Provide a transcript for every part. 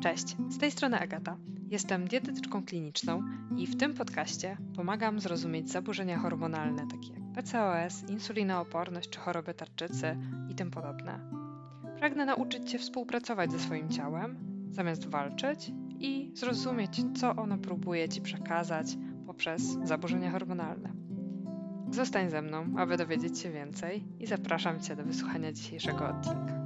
Cześć, z tej strony Agata. Jestem dietetyczką kliniczną i w tym podcaście pomagam zrozumieć zaburzenia hormonalne takie jak PCOS, insulinooporność czy choroby tarczycy i tym podobne. Pragnę nauczyć Cię współpracować ze swoim ciałem, zamiast walczyć i zrozumieć, co ono próbuje Ci przekazać poprzez zaburzenia hormonalne. Zostań ze mną, aby dowiedzieć się więcej i zapraszam Cię do wysłuchania dzisiejszego odcinka.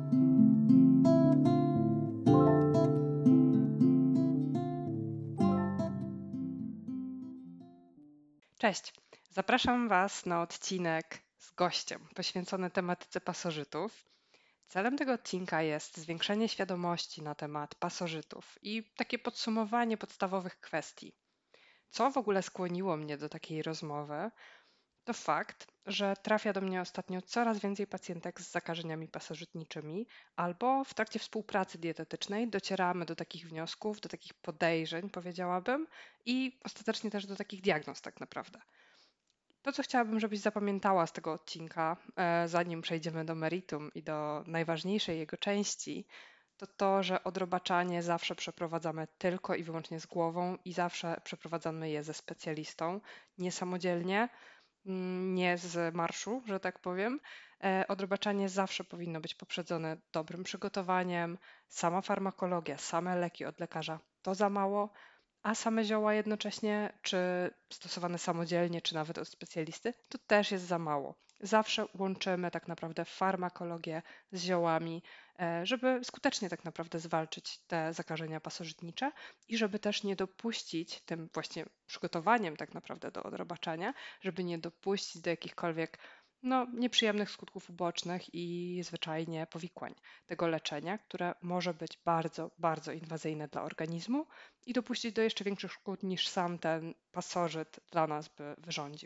Cześć! Zapraszam Was na odcinek z gościem poświęcony tematyce pasożytów. Celem tego odcinka jest zwiększenie świadomości na temat pasożytów i takie podsumowanie podstawowych kwestii. Co w ogóle skłoniło mnie do takiej rozmowy, to fakt, że trafia do mnie ostatnio coraz więcej pacjentek z zakażeniami pasożytniczymi, albo w trakcie współpracy dietetycznej docieramy do takich wniosków, do takich podejrzeń, powiedziałabym, i ostatecznie też do takich diagnoz tak naprawdę. To, co chciałabym, żebyś zapamiętała z tego odcinka, zanim przejdziemy do meritum i do najważniejszej jego części, to to, że odrobaczanie zawsze przeprowadzamy tylko i wyłącznie z głową i zawsze przeprowadzamy je ze specjalistą, nie samodzielnie, nie z marszu, że tak powiem. Odrobaczanie zawsze powinno być poprzedzone dobrym przygotowaniem, sama farmakologia, same leki od lekarza to za mało, a same zioła jednocześnie, czy stosowane samodzielnie, czy nawet od specjalisty, to też jest za mało. Zawsze łączymy tak naprawdę farmakologię z ziołami, żeby skutecznie tak naprawdę zwalczyć te zakażenia pasożytnicze i żeby też nie dopuścić tym właśnie przygotowaniem tak naprawdę do odrobaczania, żeby nie dopuścić do jakichkolwiek nieprzyjemnych skutków ubocznych i zwyczajnie powikłań tego leczenia, które może być bardzo, bardzo inwazyjne dla organizmu i dopuścić do jeszcze większych szkód niż sam ten pasożyt dla nas by wyrządził.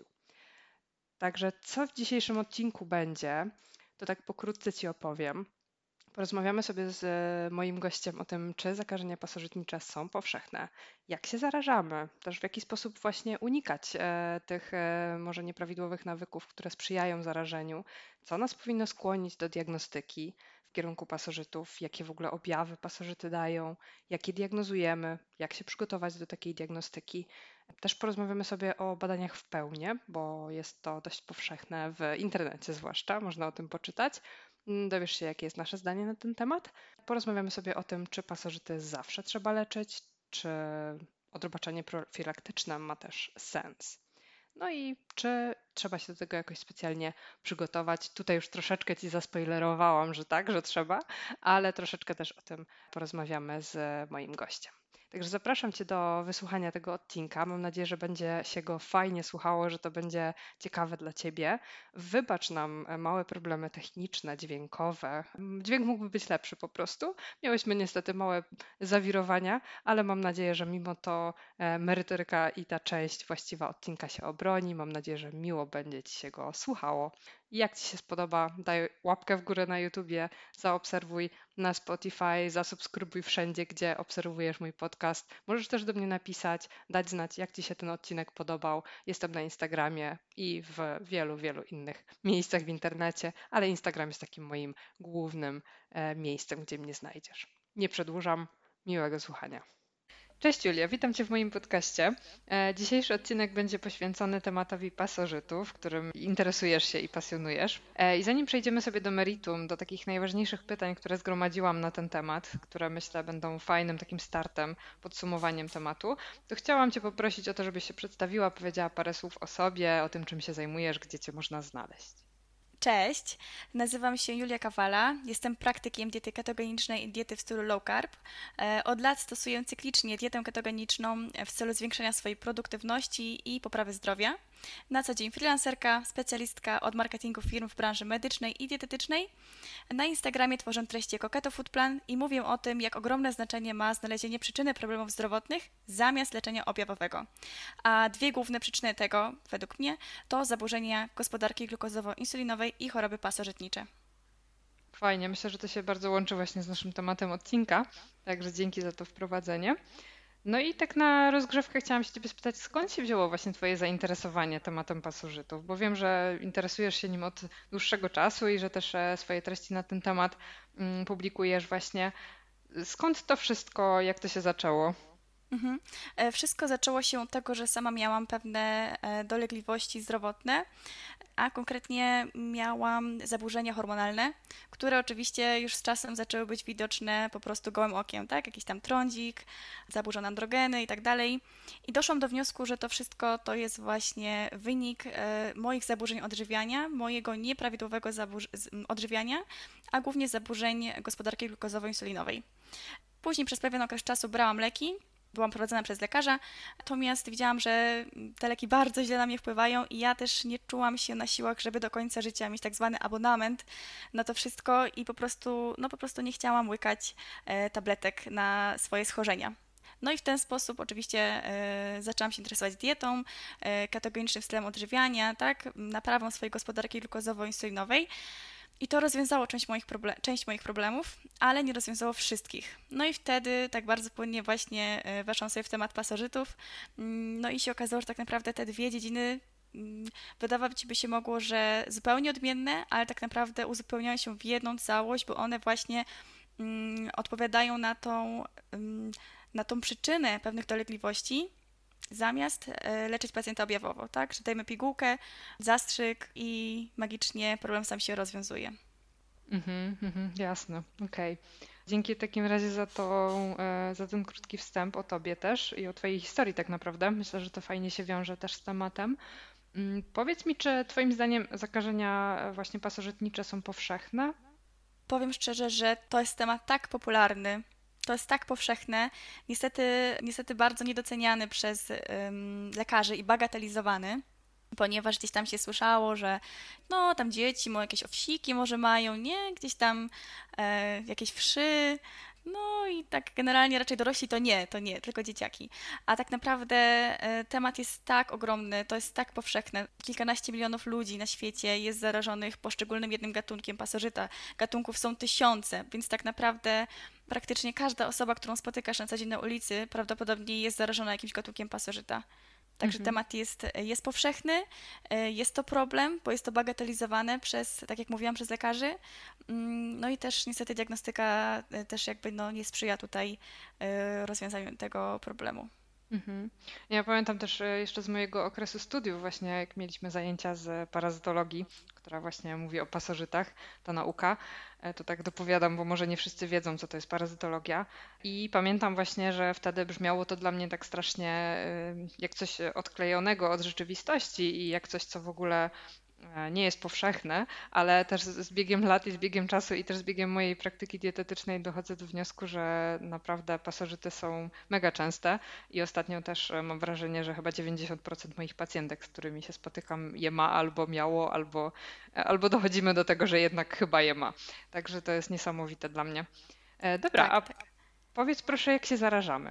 Także co w dzisiejszym odcinku będzie, to tak pokrótce Ci opowiem. Porozmawiamy sobie z moim gościem o tym, czy zakażenia pasożytnicze są powszechne, jak się zarażamy, też w jaki sposób właśnie unikać tych może nieprawidłowych nawyków, które sprzyjają zarażeniu, co nas powinno skłonić do diagnostyki w kierunku pasożytów, jakie w ogóle objawy pasożyty dają, jakie diagnozujemy, jak się przygotować do takiej diagnostyki. Też porozmawiamy sobie o badaniach w pełni, bo jest to dość powszechne w internecie zwłaszcza, można o tym poczytać. Dowiesz się, jakie jest nasze zdanie na ten temat. Porozmawiamy sobie o tym, czy pasożyty zawsze trzeba leczyć, czy odrobaczenie profilaktyczne ma też sens. No i czy trzeba się do tego jakoś specjalnie przygotować? Tutaj już troszeczkę Ci zaspoilerowałam, że tak, że trzeba, ale troszeczkę też o tym porozmawiamy z moim gościem. Także zapraszam Cię do wysłuchania tego odcinka. Mam nadzieję, że będzie się go fajnie słuchało, że to będzie ciekawe dla Ciebie. Wybacz nam małe problemy techniczne, dźwiękowe. Dźwięk mógłby być lepszy po prostu. Miałyśmy niestety małe zawirowania, ale mam nadzieję, że mimo to merytoryka i ta część właściwa odcinka się obroni. Mam nadzieję, że miło będzie Ci się go słuchało. Jak Ci się spodoba, daj łapkę w górę na YouTubie, zaobserwuj na Spotify, zasubskrybuj wszędzie, gdzie obserwujesz mój podcast. Możesz też do mnie napisać, dać znać, jak Ci się ten odcinek podobał. Jestem na Instagramie i w wielu, wielu innych miejscach w internecie, ale Instagram jest takim moim głównym miejscem, gdzie mnie znajdziesz. Nie przedłużam, miłego słuchania. Cześć Julia, witam Cię w moim podcaście. Dzisiejszy odcinek będzie poświęcony tematowi pasożytów, którym interesujesz się i pasjonujesz. I zanim przejdziemy sobie do meritum, do takich najważniejszych pytań, które zgromadziłam na ten temat, które myślę będą fajnym takim startem, podsumowaniem tematu, to chciałam Cię poprosić o to, żebyś się przedstawiła, powiedziała parę słów o sobie, o tym, czym się zajmujesz, gdzie Cię można znaleźć. Cześć, nazywam się Julia Kawala, jestem praktykiem diety ketogenicznej i diety w stylu low carb. Od lat stosuję cyklicznie dietę ketogeniczną w celu zwiększenia swojej produktywności i poprawy zdrowia. Na co dzień freelancerka, specjalistka od marketingu firm w branży medycznej i dietetycznej. Na Instagramie tworzę treści jako Keto Food Plan i mówię o tym, jak ogromne znaczenie ma znalezienie przyczyny problemów zdrowotnych zamiast leczenia objawowego. A dwie główne przyczyny tego, według mnie, to zaburzenia gospodarki glukozowo-insulinowej i choroby pasożytnicze. Fajnie, myślę, że to się bardzo łączy właśnie z naszym tematem odcinka, także dzięki za to wprowadzenie. No i tak na rozgrzewkę chciałam się Ciebie spytać, skąd się wzięło właśnie Twoje zainteresowanie tematem pasożytów? Bo wiem, że interesujesz się nim od dłuższego czasu i że też swoje treści na ten temat publikujesz właśnie. Skąd to wszystko, jak to się zaczęło? Mhm. Wszystko zaczęło się od tego, że sama miałam pewne dolegliwości zdrowotne, a konkretnie miałam zaburzenia hormonalne, które oczywiście już z czasem zaczęły być widoczne po prostu gołym okiem, tak? Jakiś tam trądzik, zaburzone androgeny i tak dalej. I doszłam do wniosku, że to wszystko to jest właśnie wynik moich zaburzeń odżywiania, mojego nieprawidłowego odżywiania, a głównie zaburzeń gospodarki glukozowo-insulinowej. Później przez pewien okres czasu brałam leki, byłam prowadzona przez lekarza, natomiast widziałam, że te leki bardzo źle na mnie wpływają i ja też nie czułam się na siłach, żeby do końca życia mieć tak zwany abonament na to wszystko i po prostu nie chciałam łykać tabletek na swoje schorzenia. No i w ten sposób oczywiście zaczęłam się interesować dietą, ketogenicznym stylem odżywiania, tak, naprawą swojej gospodarki glukozowo-insulinowej. I to rozwiązało część moich problemów, ale nie rozwiązało wszystkich. No i wtedy tak bardzo płynnie właśnie weszłam sobie w temat pasożytów. No i się okazało, że tak naprawdę te dwie dziedziny wydawać by się mogło, że zupełnie odmienne, ale tak naprawdę uzupełniają się w jedną całość, bo one właśnie odpowiadają na tą przyczynę pewnych dolegliwości, zamiast leczyć pacjenta objawowo, tak? Że dajemy pigułkę, zastrzyk i magicznie problem sam się rozwiązuje. Jasne, okej. Dzięki w takim razie za ten krótki wstęp o tobie też i o twojej historii tak naprawdę. Myślę, że to fajnie się wiąże też z tematem. Powiedz mi, czy twoim zdaniem zakażenia właśnie pasożytnicze są powszechne? Powiem szczerze, że to jest temat tak popularny, to jest tak powszechne, niestety bardzo niedoceniany przez lekarzy i bagatelizowany, ponieważ gdzieś tam się słyszało, że no tam dzieci jakieś owsiki może mają, nie? Gdzieś tam jakieś wszy. No i tak generalnie raczej dorośli to nie, tylko dzieciaki. A tak naprawdę temat jest tak ogromny, to jest tak powszechne. Kilkanaście milionów ludzi na świecie jest zarażonych poszczególnym jednym gatunkiem pasożyta. Gatunków są tysiące, więc tak naprawdę praktycznie każda osoba, którą spotykasz na co dzień na ulicy, prawdopodobnie jest zarażona jakimś gatunkiem pasożyta. Także Mhm. temat jest powszechny, jest to problem, bo jest to bagatelizowane tak jak mówiłam, przez lekarzy. No i też niestety diagnostyka też jakby no, nie sprzyja tutaj rozwiązaniu tego problemu. Mhm. Ja pamiętam też jeszcze z mojego okresu studiów, właśnie jak mieliśmy zajęcia z parazytologii, która właśnie mówi o pasożytach, ta nauka, to tak dopowiadam, bo może nie wszyscy wiedzą, co to jest parazytologia. I pamiętam właśnie, że wtedy brzmiało to dla mnie tak strasznie jak coś odklejonego od rzeczywistości i jak coś, co w ogóle nie jest powszechne, ale też z biegiem lat i z biegiem czasu i też z biegiem mojej praktyki dietetycznej dochodzę do wniosku, że naprawdę pasożyty są mega częste i ostatnio też mam wrażenie, że chyba 90% moich pacjentek, z którymi się spotykam, je ma albo miało, albo dochodzimy do tego, że jednak chyba je ma. Także to jest niesamowite dla mnie. Dobra, Tak, a tak. powiedz proszę, jak się zarażamy?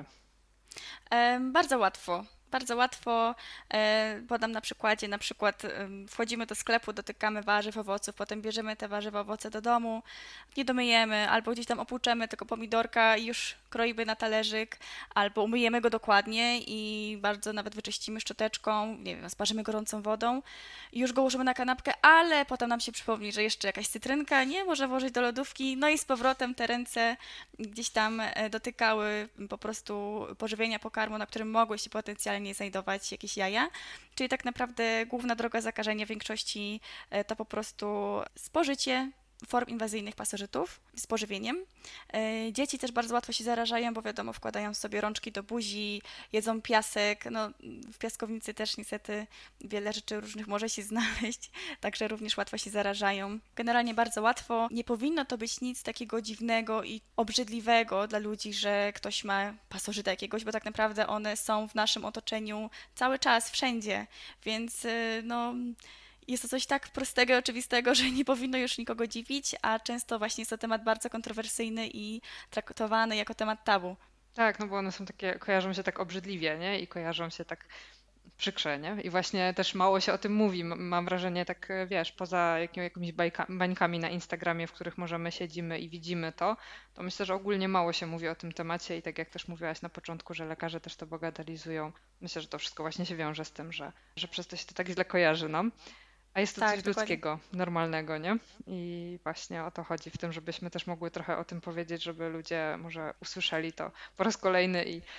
Bardzo łatwo. Bardzo łatwo. Podam na przykładzie, na przykład wchodzimy do sklepu, dotykamy warzyw, owoców, potem bierzemy te warzywa, owoce do domu, nie domyjemy, albo gdzieś tam opłuczemy tego pomidorka i już kroimy na talerzyk, albo umyjemy go dokładnie i bardzo nawet wyczyścimy szczoteczką, nie wiem, sparzymy gorącą wodą i już go ułożymy na kanapkę, ale potem nam się przypomni, że jeszcze jakaś cytrynka, nie, może włożyć do lodówki, no i z powrotem te ręce gdzieś tam dotykały po prostu pożywienia pokarmu, na którym mogły się potencjalnie znajdować jakieś jaja. Czyli tak naprawdę główna droga zakażenia w większości to po prostu spożycie form inwazyjnych pasożytów z pożywieniem. Dzieci też bardzo łatwo się zarażają, bo wiadomo, wkładają sobie rączki do buzi, jedzą piasek. No, w piaskownicy też niestety wiele rzeczy różnych może się znaleźć, także również łatwo się zarażają. Generalnie bardzo łatwo. Nie powinno to być nic takiego dziwnego i obrzydliwego dla ludzi, że ktoś ma pasożyta jakiegoś, bo tak naprawdę one są w naszym otoczeniu cały czas, wszędzie, więc no jest to coś tak prostego i oczywistego, że nie powinno już nikogo dziwić, a często właśnie jest to temat bardzo kontrowersyjny i traktowany jako temat tabu. Tak, no bo one są takie, kojarzą się tak obrzydliwie, nie? I kojarzą się tak przykrze, nie? I właśnie też mało się o tym mówi. Mam wrażenie, tak wiesz, poza jakimiś bańkami na Instagramie, w których możemy siedzimy i widzimy to myślę, że ogólnie mało się mówi o tym temacie i tak jak też mówiłaś na początku, że lekarze też to bagatelizują. Myślę, że to wszystko właśnie się wiąże z tym, że przez to się to tak źle kojarzy nam. A jest to Tak, coś dokładnie. ludzkiego, normalnego, nie? I właśnie o to chodzi w tym, żebyśmy też mogły trochę o tym powiedzieć, żeby ludzie może usłyszeli to po raz kolejny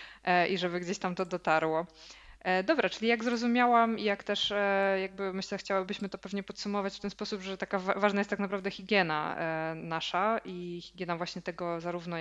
i żeby gdzieś tam to dotarło. Dobra, czyli jak zrozumiałam i jak też jakby myślę, chciałybyśmy to pewnie podsumować w ten sposób, że taka ważna jest tak naprawdę higiena nasza i higiena właśnie tego zarówno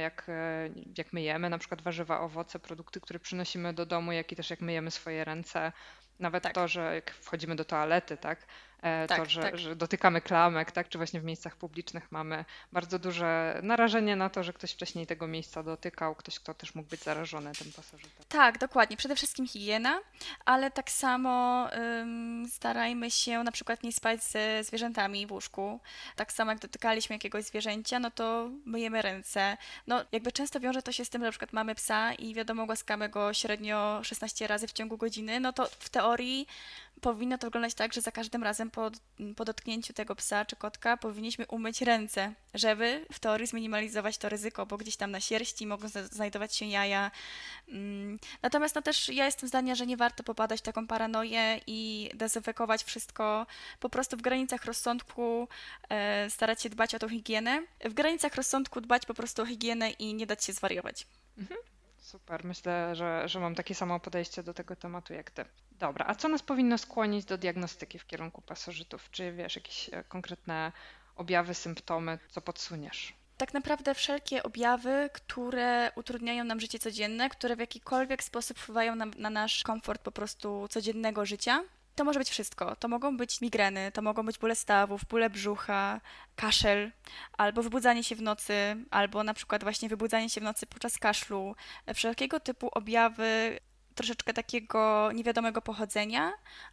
jak myjemy, na przykład warzywa, owoce, produkty, które przynosimy do domu, jak i też jak myjemy swoje ręce. Nawet Tak, to, że jak wchodzimy do toalety, tak, to, tak, tak. że dotykamy klamek, tak, czy właśnie w miejscach publicznych mamy bardzo duże narażenie na to, że ktoś wcześniej tego miejsca dotykał, ktoś, kto też mógł być zarażony tym pasożytem. Tak, dokładnie. Przede wszystkim higiena, ale tak samo starajmy się na przykład nie spać ze zwierzętami w łóżku. Tak samo jak dotykaliśmy jakiegoś zwierzęcia, no to myjemy ręce. No jakby często wiąże to się z tym, że na przykład mamy psa i wiadomo, głaskamy go średnio 16 razy w ciągu godziny, no to w teorii powinno to wyglądać tak, że za każdym razem po dotknięciu tego psa czy kotka powinniśmy umyć ręce, żeby w teorii zminimalizować to ryzyko, bo gdzieś tam na sierści mogą znajdować się jaja. Natomiast no też ja jestem zdania, że nie warto popadać w taką paranoję i dezynfekować wszystko po prostu w granicach rozsądku, starać się dbać o tą higienę. W granicach rozsądku dbać po prostu o higienę i nie dać się zwariować. Mhm. Super, myślę, że mam takie samo podejście do tego tematu jak ty. Dobra, a co nas powinno skłonić do diagnostyki w kierunku pasożytów? Czy wiesz, jakieś konkretne objawy, symptomy, co podsuniesz? Tak naprawdę wszelkie objawy, które utrudniają nam życie codzienne, które w jakikolwiek sposób wpływają na nasz komfort po prostu codziennego życia. To może być wszystko. To mogą być migreny, to mogą być bóle stawów, bóle brzucha, kaszel, albo wybudzanie się w nocy, albo na przykład właśnie wybudzanie się w nocy podczas kaszlu. Wszelkiego typu objawy troszeczkę takiego niewiadomego pochodzenia,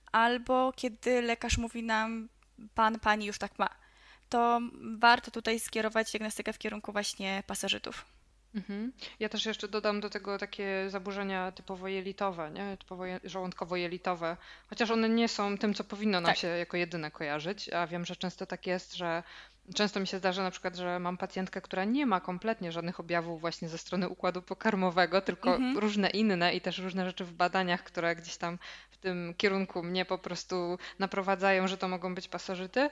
albo kiedy lekarz mówi nam, pan, pani już tak ma, to warto tutaj skierować diagnostykę w kierunku właśnie pasożytów. Mhm. Ja też jeszcze dodam do tego takie zaburzenia typowo jelitowe, nie? Typowo żołądkowo-jelitowe, chociaż one nie są tym, co powinno nam Tak. się jako jedyne kojarzyć, a wiem, że często tak jest, że często mi się zdarza na przykład, że mam pacjentkę, która nie ma kompletnie żadnych objawów właśnie ze strony układu pokarmowego, tylko Mhm. różne inne i też różne rzeczy w badaniach, które gdzieś tam w tym kierunku mnie po prostu naprowadzają, że to mogą być pasożyty.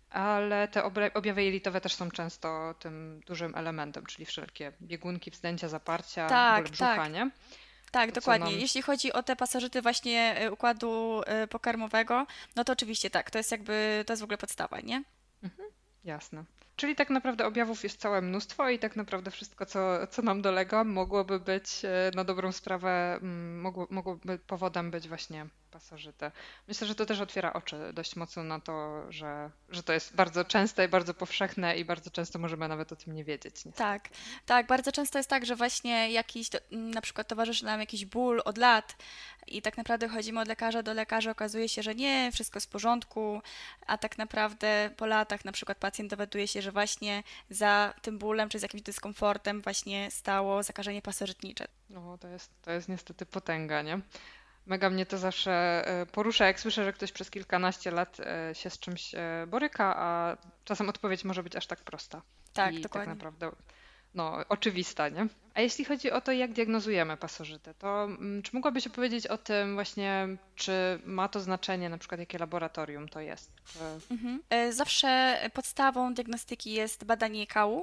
Ale te objawy jelitowe też są często tym dużym elementem, czyli wszelkie biegunki, wzdęcia, zaparcia, bóle Tak, brzucha, tak. nie? Tak, To co dokładnie. nam... Jeśli chodzi o te pasożyty właśnie układu pokarmowego, no to oczywiście tak, to jest jakby, to jest w ogóle podstawa, nie? Mhm, jasne. Czyli tak naprawdę objawów jest całe mnóstwo i tak naprawdę wszystko, co nam dolega, mogłoby być na dobrą sprawę, mogłoby powodem być właśnie pasożyty. Myślę, że to też otwiera oczy dość mocno na to, że to jest bardzo częste i bardzo powszechne i bardzo często możemy nawet o tym nie wiedzieć, Tak, niestety. tak. Bardzo często jest tak, że właśnie na przykład towarzyszy nam jakiś ból od lat i tak naprawdę chodzimy od lekarza do lekarza, okazuje się, że nie, wszystko jest w porządku, a tak naprawdę po latach na przykład pacjent dowiaduje się, że właśnie za tym bólem czy z jakimś dyskomfortem właśnie stało zakażenie pasożytnicze. No, to jest niestety potęga, nie? Mega mnie to zawsze porusza, jak słyszę, że ktoś przez kilkanaście lat się z czymś boryka, a czasem odpowiedź może być aż tak prosta Tak, i tak dokładnie. naprawdę no, oczywista, nie? A jeśli chodzi o to, jak diagnozujemy pasożyty, to czy mogłabyś opowiedzieć o tym właśnie, czy ma to znaczenie, na przykład jakie laboratorium to jest? Czy... Mhm. Zawsze podstawą diagnostyki jest badanie kału,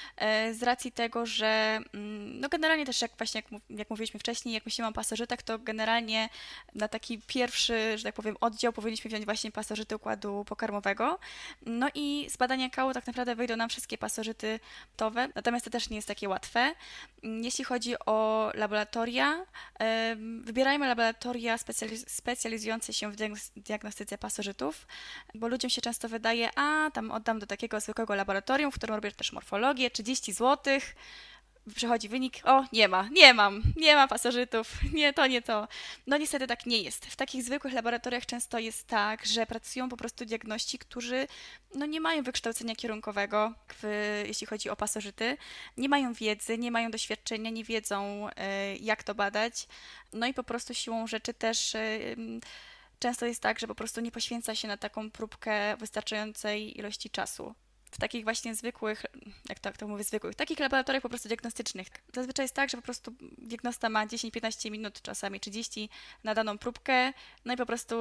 z racji tego, że no generalnie też jak właśnie jak mówiliśmy wcześniej, jak myślimy o pasożytach, to generalnie na taki pierwszy, że tak powiem, oddział powinniśmy wziąć właśnie pasożyty układu pokarmowego. No i z badania kału tak naprawdę wyjdą nam wszystkie pasożyty gotowe, natomiast to też nie jest takie łatwe. Jeśli chodzi o laboratoria, wybierajmy laboratoria specjalizujące się w diagnostyce pasożytów, bo ludziom się często wydaje, a tam oddam do takiego zwykłego laboratorium, w którym robię też morfologię, 30 zł, przychodzi wynik, o nie ma pasożytów, nie to, nie to. No niestety tak nie jest. W takich zwykłych laboratoriach często jest tak, że pracują po prostu diagności, którzy no nie mają wykształcenia kierunkowego, jeśli chodzi o pasożyty, nie mają wiedzy, nie mają doświadczenia, nie wiedzą jak to badać, no i po prostu siłą rzeczy też często jest tak, że po prostu nie poświęca się na taką próbkę wystarczającej ilości czasu. W takich właśnie zwykłych, jak to mówię, zwykłych, takich laboratoriach po prostu diagnostycznych. Zazwyczaj jest tak, że po prostu diagnosta ma 10-15 minut, czasami 30 na daną próbkę, no i po prostu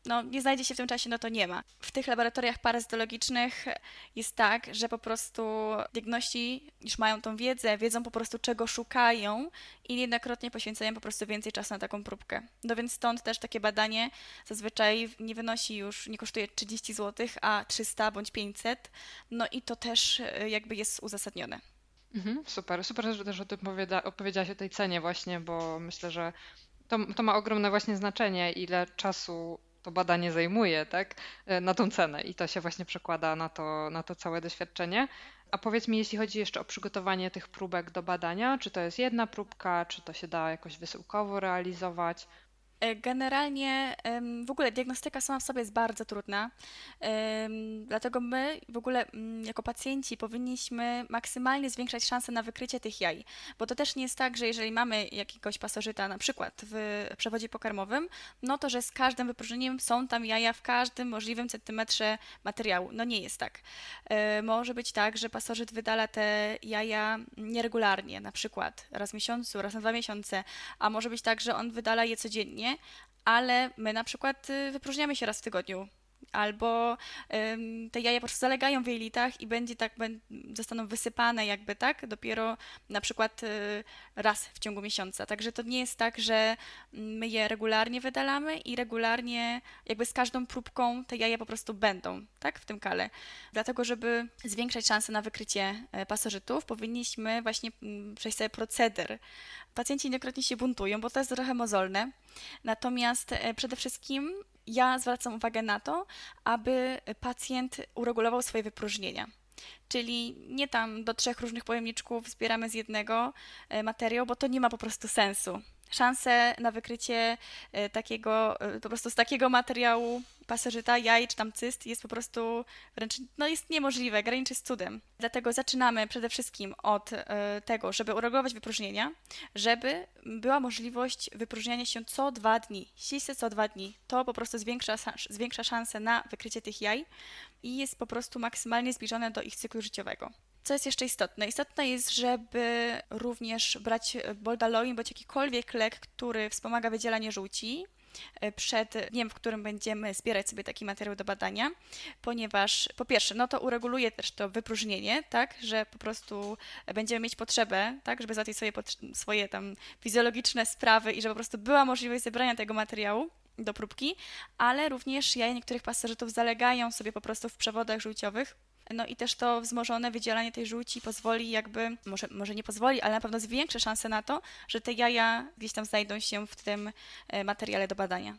nie znajdzie się w tym czasie, to nie ma. W tych laboratoriach parazytologicznych jest tak, że po prostu diagności już mają tą wiedzę, wiedzą po prostu czego szukają i niejednokrotnie poświęcają po prostu więcej czasu na taką próbkę. No więc stąd też takie badanie zazwyczaj nie kosztuje 30 zł, a 300 bądź 500. No i to też jakby jest uzasadnione. Super, super, że też o tym opowiedziałaś o tej cenie właśnie, bo myślę, że to ma ogromne właśnie znaczenie, ile czasu to badanie zajmuje, tak, na tą cenę i to się właśnie przekłada na to całe doświadczenie. A powiedz mi, jeśli chodzi jeszcze o przygotowanie tych próbek do badania, czy to jest jedna próbka, czy to się da jakoś wysyłkowo realizować? Generalnie w ogóle diagnostyka sama w sobie jest bardzo trudna, dlatego my w ogóle jako pacjenci powinniśmy maksymalnie zwiększać szanse na wykrycie tych jaj, bo to też nie jest tak, że jeżeli mamy jakiegoś pasożyta na przykład w przewodzie pokarmowym, no to że z każdym wypróżnieniem są tam jaja w każdym możliwym centymetrze materiału. No nie jest tak. Może być tak, że pasożyt wydala te jaja nieregularnie, na przykład raz w miesiącu, raz na 2 miesiące, a może być tak, że on wydala je codziennie, ale my na przykład wypróżniamy się raz w tygodniu. Albo te jaja po prostu zalegają w jelitach i zostaną wysypane jakby tak, dopiero na przykład raz w ciągu miesiąca. Także to nie jest tak, że my je regularnie wydalamy i regularnie jakby z każdą próbką te jaja po prostu będą, tak, w tym kale. Dlatego, żeby zwiększać szanse na wykrycie pasożytów, powinniśmy właśnie przejść sobie proceder. Pacjenci niejednokrotnie się buntują, bo to jest trochę mozolne. Natomiast przede wszystkim ja zwracam uwagę na to, aby pacjent uregulował swoje wypróżnienia. Czyli nie tam do 3 różnych pojemniczków zbieramy z jednego materiał, bo to nie ma po prostu sensu. Szanse na wykrycie po prostu z takiego materiału pasożyta, jaj czy tam cyst jest po prostu wręcz, jest niemożliwe, graniczy z cudem. Dlatego zaczynamy przede wszystkim od tego, żeby uregulować wypróżnienia, żeby była możliwość wypróżniania się co 2 dni. Ściśle co 2 dni. To po prostu zwiększa szanse na wykrycie tych jaj i jest po prostu maksymalnie zbliżone do ich cyklu życiowego. Co jest jeszcze istotne? Istotne jest, żeby również brać Boldaloin bądź jakikolwiek lek, który wspomaga wydzielanie żółci przed dniem, w którym będziemy zbierać sobie taki materiał do badania, ponieważ po pierwsze, to ureguluje też to wypróżnienie, tak, że po prostu będziemy mieć potrzebę, tak, żeby załatwić swoje tam fizjologiczne sprawy i żeby po prostu była możliwość zebrania tego materiału do próbki, ale również jaja niektórych pasożytów zalegają sobie po prostu w przewodach żółciowych. No i też to wzmożone wydzielanie tej żółci pozwoli może nie pozwoli, ale na pewno zwiększy szanse na to, że te jaja gdzieś tam znajdą się w tym materiale do badania.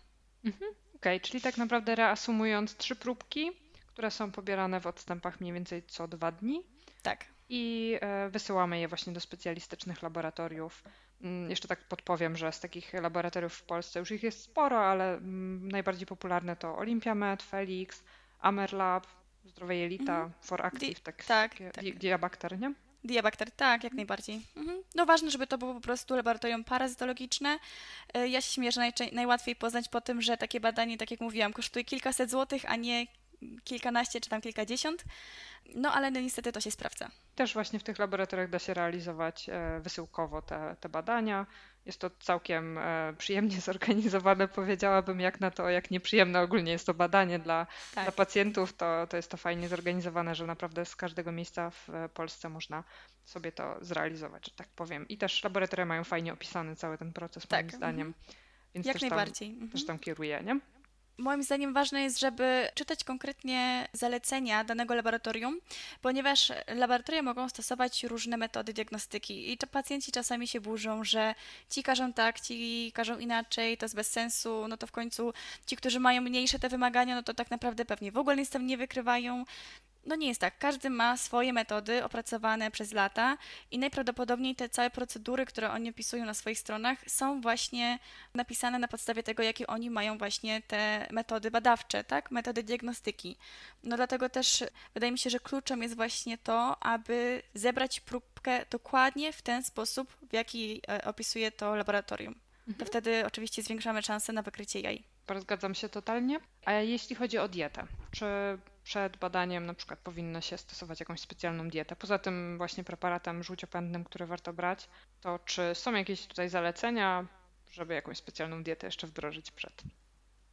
Okej, czyli tak naprawdę reasumując 3 próbki, które są pobierane w odstępach mniej więcej co 2 dni. Tak. I wysyłamy je właśnie do specjalistycznych laboratoriów. Jeszcze tak podpowiem, że z takich laboratoriów w Polsce już ich jest sporo, ale najbardziej popularne to Olympia-Med, Felix, Amerlab, Zdrowe Jelita, ForActive, tak. Diabacter, nie? Diabacter, tak, jak najbardziej. No ważne, żeby to było po prostu laboratorium parazytologiczne. Ja się śmieję, że najłatwiej poznać po tym, że takie badanie, tak jak mówiłam, kosztuje kilkaset złotych, a nie kilkanaście czy tam kilkadziesiąt. No ale niestety to się sprawdza. Też właśnie w tych laboratoriach da się realizować wysyłkowo te badania. Jest to całkiem przyjemnie zorganizowane, powiedziałabym, jak na to, jak nieprzyjemne ogólnie jest to badanie dla pacjentów, to jest to fajnie zorganizowane, że naprawdę z każdego miejsca w Polsce można sobie to zrealizować, że tak powiem. I też laboratoria mają fajnie opisany cały ten proces, moim zdaniem. Więc jak najbardziej. Też tam kieruję, nie? Moim zdaniem ważne jest, żeby czytać konkretnie zalecenia danego laboratorium, ponieważ laboratoria mogą stosować różne metody diagnostyki i pacjenci czasami się burzą, że ci każą tak, ci każą inaczej, to jest bez sensu, no to w końcu ci, którzy mają mniejsze te wymagania, no to tak naprawdę pewnie w ogóle nic tam nie wykrywają. No nie jest tak. Każdy ma swoje metody opracowane przez lata i najprawdopodobniej te całe procedury, które oni opisują na swoich stronach, są właśnie napisane na podstawie tego, jakie oni mają właśnie te metody badawcze, tak? Metody diagnostyki. No dlatego też wydaje mi się, że kluczem jest właśnie to, aby zebrać próbkę dokładnie w ten sposób, w jaki opisuje to laboratorium. To wtedy oczywiście zwiększamy szanse na wykrycie jaj. Zgadzam się totalnie. A jeśli chodzi o dietę, czy przed badaniem na przykład powinno się stosować jakąś specjalną dietę? Poza tym właśnie preparatem żółciopędnym, który warto brać, to czy są jakieś tutaj zalecenia, żeby jakąś specjalną dietę jeszcze wdrożyć przed?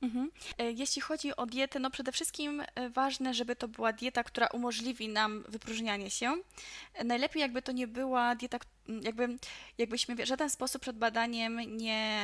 Jeśli chodzi o dietę, no przede wszystkim ważne, żeby to była dieta, która umożliwi nam wypróżnianie się. Najlepiej jakby to nie była dieta, jakbyśmy w żaden sposób przed badaniem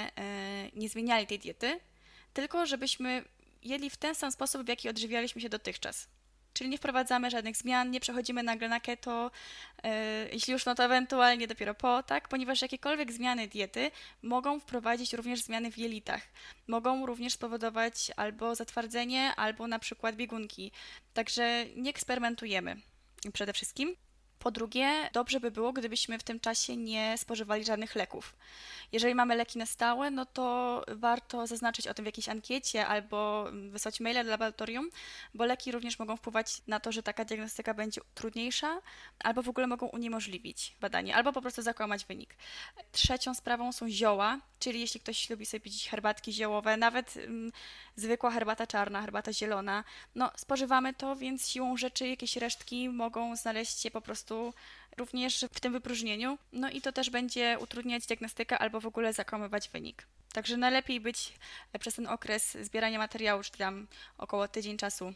nie zmieniali tej diety, tylko żebyśmy jedli w ten sam sposób, w jaki odżywialiśmy się dotychczas. Czyli nie wprowadzamy żadnych zmian, nie przechodzimy nagle na keto, jeśli już, no to ewentualnie dopiero po, tak? Ponieważ jakiekolwiek zmiany diety mogą wprowadzić również zmiany w jelitach. Mogą również spowodować albo zatwardzenie, albo na przykład biegunki. Także nie eksperymentujemy przede wszystkim. Po drugie, dobrze by było, gdybyśmy w tym czasie nie spożywali żadnych leków. Jeżeli mamy leki na stałe, no to warto zaznaczyć o tym w jakiejś ankiecie albo wysłać maila do laboratorium, bo leki również mogą wpływać na to, że taka diagnostyka będzie trudniejsza, albo w ogóle mogą uniemożliwić badanie, albo po prostu zakłamać wynik. Trzecią sprawą są zioła, czyli jeśli ktoś lubi sobie pić herbatki ziołowe, nawet zwykła herbata czarna, herbata zielona, no spożywamy to, więc siłą rzeczy jakieś resztki mogą znaleźć się po prostu również w tym wypróżnieniu, no i to też będzie utrudniać diagnostykę albo w ogóle zakłamywać wynik. Także najlepiej być przez ten okres zbierania materiału, czyli tam około tydzień czasu,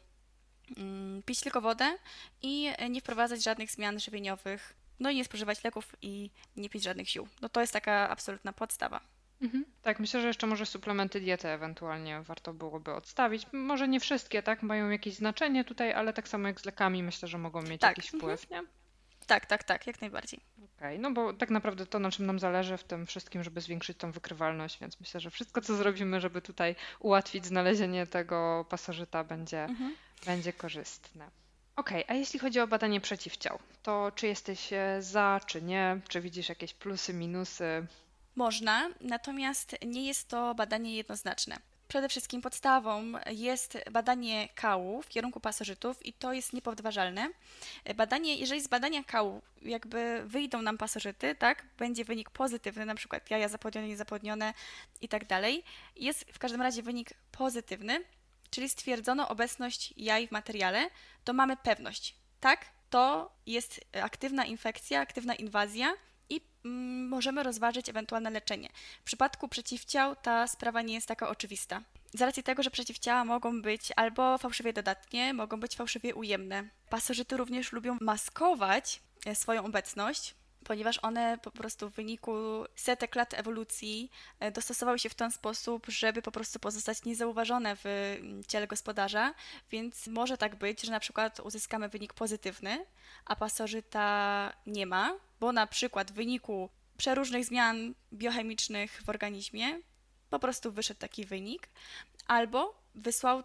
pić tylko wodę i nie wprowadzać żadnych zmian żywieniowych, no i nie spożywać leków i nie pić żadnych ziół. No to jest taka absolutna podstawa. Tak, myślę, że jeszcze może suplementy diety ewentualnie warto byłoby odstawić. Może nie wszystkie, tak, mają jakieś znaczenie tutaj, ale tak samo jak z lekami myślę, że mogą mieć Tak, jakiś wpływ, nie? tak, jak najbardziej. Okej, no bo tak naprawdę to, na czym nam zależy w tym wszystkim, żeby zwiększyć tą wykrywalność, więc myślę, że wszystko, co zrobimy, żeby tutaj ułatwić znalezienie tego pasożyta, będzie korzystne. Okej, a jeśli chodzi o badanie przeciwciał, to czy jesteś za, czy nie? Czy widzisz jakieś plusy, minusy? Można, natomiast nie jest to badanie jednoznaczne. Przede wszystkim podstawą jest badanie kału w kierunku pasożytów i to jest niepodważalne. Jeżeli z badania kału jakby wyjdą nam pasożyty, tak, będzie wynik pozytywny, na przykład jaja zapłodnione, niezapłodnione i tak dalej. Jest w każdym razie wynik pozytywny, czyli stwierdzono obecność jaj w materiale, to mamy pewność, tak, to jest aktywna infekcja, aktywna inwazja i możemy rozważyć ewentualne leczenie. W przypadku przeciwciał ta sprawa nie jest taka oczywista. Z racji tego, że przeciwciała mogą być albo fałszywie dodatnie, mogą być fałszywie ujemne. Pasożyty również lubią maskować swoją obecność, ponieważ one po prostu w wyniku setek lat ewolucji dostosowały się w ten sposób, żeby po prostu pozostać niezauważone w ciele gospodarza, więc może tak być, że na przykład uzyskamy wynik pozytywny, a pasożyta nie ma, bo na przykład w wyniku przeróżnych zmian biochemicznych w organizmie po prostu wyszedł taki wynik, albo wysłał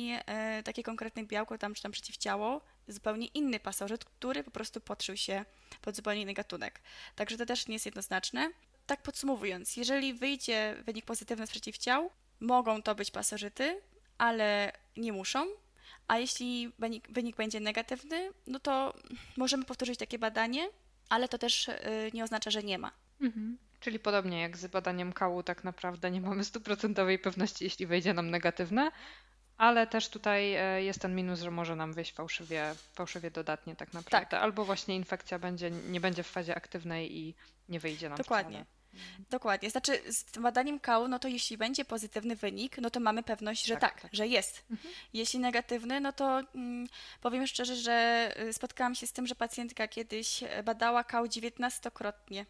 takie konkretne białko czy tam przeciwciało, zupełnie inny pasożyt, który po prostu podszył się pod zupełnie inny gatunek. Także to też nie jest jednoznaczne. Tak podsumowując, jeżeli wyjdzie wynik pozytywny z przeciwciał, mogą to być pasożyty, ale nie muszą. A jeśli wynik będzie negatywny, no to możemy powtórzyć takie badanie, ale to też nie oznacza, że nie ma. Czyli podobnie jak z badaniem kału, tak naprawdę nie mamy stuprocentowej pewności, jeśli wyjdzie nam negatywne, ale też tutaj jest ten minus, że może nam wyjść fałszywie dodatnie tak naprawdę. Tak. Albo właśnie infekcja nie będzie w fazie aktywnej i nie wyjdzie nam Dokładnie. wcale. Dokładnie. Znaczy z badaniem kału, no to jeśli będzie pozytywny wynik, no to mamy pewność, że tak. Że jest. Jeśli negatywny, no to powiem szczerze, że spotkałam się z tym, że pacjentka kiedyś badała kał 19-krotnie.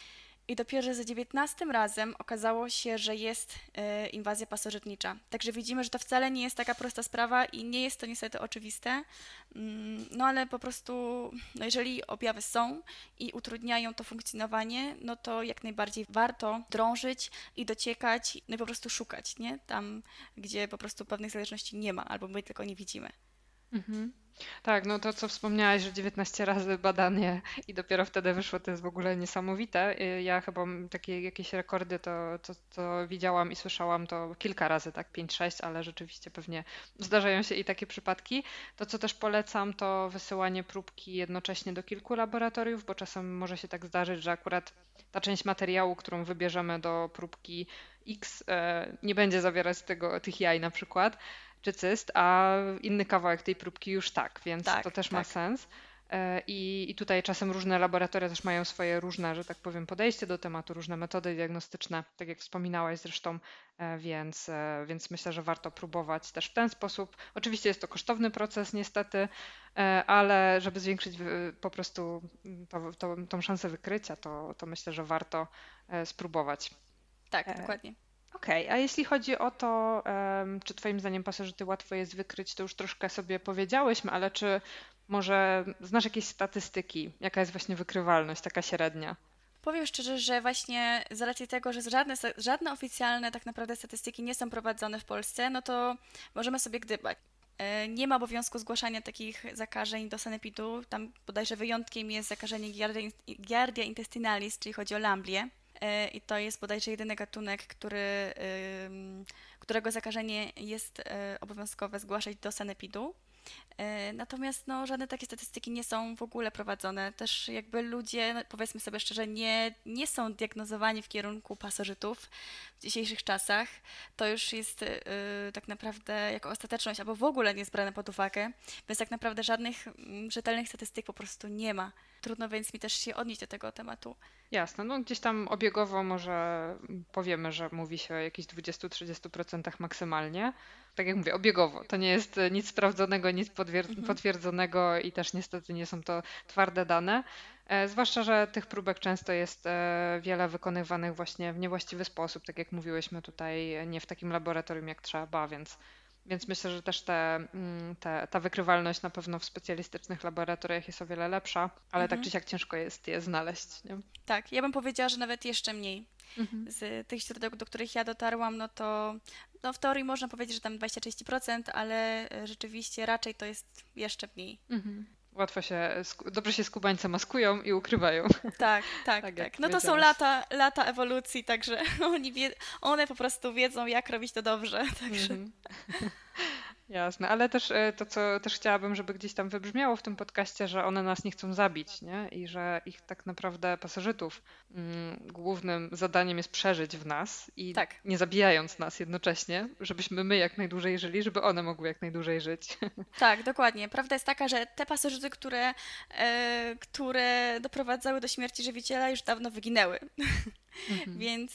I dopiero za 19 razem okazało się, że jest inwazja pasożytnicza. Także widzimy, że to wcale nie jest taka prosta sprawa i nie jest to niestety oczywiste. No ale po prostu, no jeżeli objawy są i utrudniają to funkcjonowanie, no to jak najbardziej warto drążyć i dociekać, no i po prostu szukać, nie? Tam, gdzie po prostu pewnych zależności nie ma, albo my tylko nie widzimy. Tak, no to co wspomniałaś, że 19 razy badanie i dopiero wtedy wyszło, to jest w ogóle niesamowite. Ja chyba takie jakieś rekordy to co widziałam i słyszałam to kilka razy, tak 5-6, ale rzeczywiście pewnie zdarzają się i takie przypadki. To co też polecam, to wysyłanie próbki jednocześnie do kilku laboratoriów, bo czasem może się tak zdarzyć, że akurat ta część materiału, którą wybierzemy do próbki X, nie będzie zawierać tych jaj na przykład, czy cyst, a inny kawałek tej próbki już tak, więc Tak, to też ma sens. I tutaj czasem różne laboratoria też mają swoje różne, że tak powiem, podejście do tematu, różne metody diagnostyczne, tak jak wspominałaś zresztą, więc myślę, że warto próbować też w ten sposób. Oczywiście jest to kosztowny proces niestety, ale żeby zwiększyć po prostu tą szansę wykrycia, to myślę, że warto spróbować. Tak, dokładnie. Okej, a jeśli chodzi o to, czy Twoim zdaniem pasożyty łatwo jest wykryć, to już troszkę sobie powiedziałyśmy, ale czy może znasz jakieś statystyki? Jaka jest właśnie wykrywalność, taka średnia? Powiem szczerze, że właśnie z racji tego, że żadne oficjalne tak naprawdę statystyki nie są prowadzone w Polsce, no to możemy sobie gdybać. Nie ma obowiązku zgłaszania takich zakażeń do sanepidu. Tam bodajże wyjątkiem jest zakażenie Giardia intestinalis, czyli chodzi o lamblię. I to jest bodajże jedyny gatunek, którego zakażenie jest obowiązkowe zgłaszać do sanepidu. Natomiast no, żadne takie statystyki nie są w ogóle prowadzone. Też jakby ludzie, no, powiedzmy sobie szczerze, nie są diagnozowani w kierunku pasożytów w dzisiejszych czasach. To już jest tak naprawdę jako ostateczność albo w ogóle nie jest brane pod uwagę, więc tak naprawdę żadnych rzetelnych statystyk po prostu nie ma. Trudno więc mi też się odnieść do tego tematu. Jasne, no gdzieś tam obiegowo może powiemy, że mówi się o jakichś 20-30% maksymalnie. Tak jak mówię, obiegowo. To nie jest nic sprawdzonego, nic potwierdzonego i też niestety nie są to twarde dane. Zwłaszcza, że tych próbek często jest wiele wykonywanych właśnie w niewłaściwy sposób, tak jak mówiłyśmy tutaj, nie w takim laboratorium jak trzeba, więc myślę, że też ta wykrywalność na pewno w specjalistycznych laboratoriach jest o wiele lepsza, ale tak czy siak ciężko jest je znaleźć. Nie? Tak, ja bym powiedziała, że nawet jeszcze mniej. Mhm. Z tych źródeł, do których ja dotarłam, no to no w teorii można powiedzieć, że tam 20-30%, ale rzeczywiście raczej to jest jeszcze mniej. Mhm. Łatwo się, dobrze się skubańce maskują i ukrywają. Tak, tak, Tak jak tak. No to są powiedziałaś. lata ewolucji, także one po prostu wiedzą, jak robić to dobrze. Także Mhm. Jasne, ale też to, co też chciałabym, żeby gdzieś tam wybrzmiało w tym podcaście, że one nas nie chcą zabić, nie? I że ich tak naprawdę pasożytów głównym zadaniem jest przeżyć w nas i tak. nie zabijając nas jednocześnie, żebyśmy my jak najdłużej żyli, żeby one mogły jak najdłużej żyć. Tak, dokładnie. Prawda jest taka, że te pasożyty, które doprowadzały do śmierci żywiciela, już dawno wyginęły. Mhm.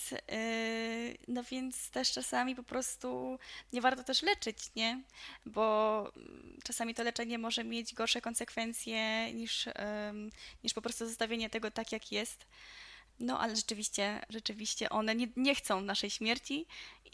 Więc też czasami po prostu nie warto też leczyć, nie? Bo czasami to leczenie może mieć gorsze konsekwencje niż po prostu zostawienie tego tak, jak jest. No, ale rzeczywiście one nie chcą naszej śmierci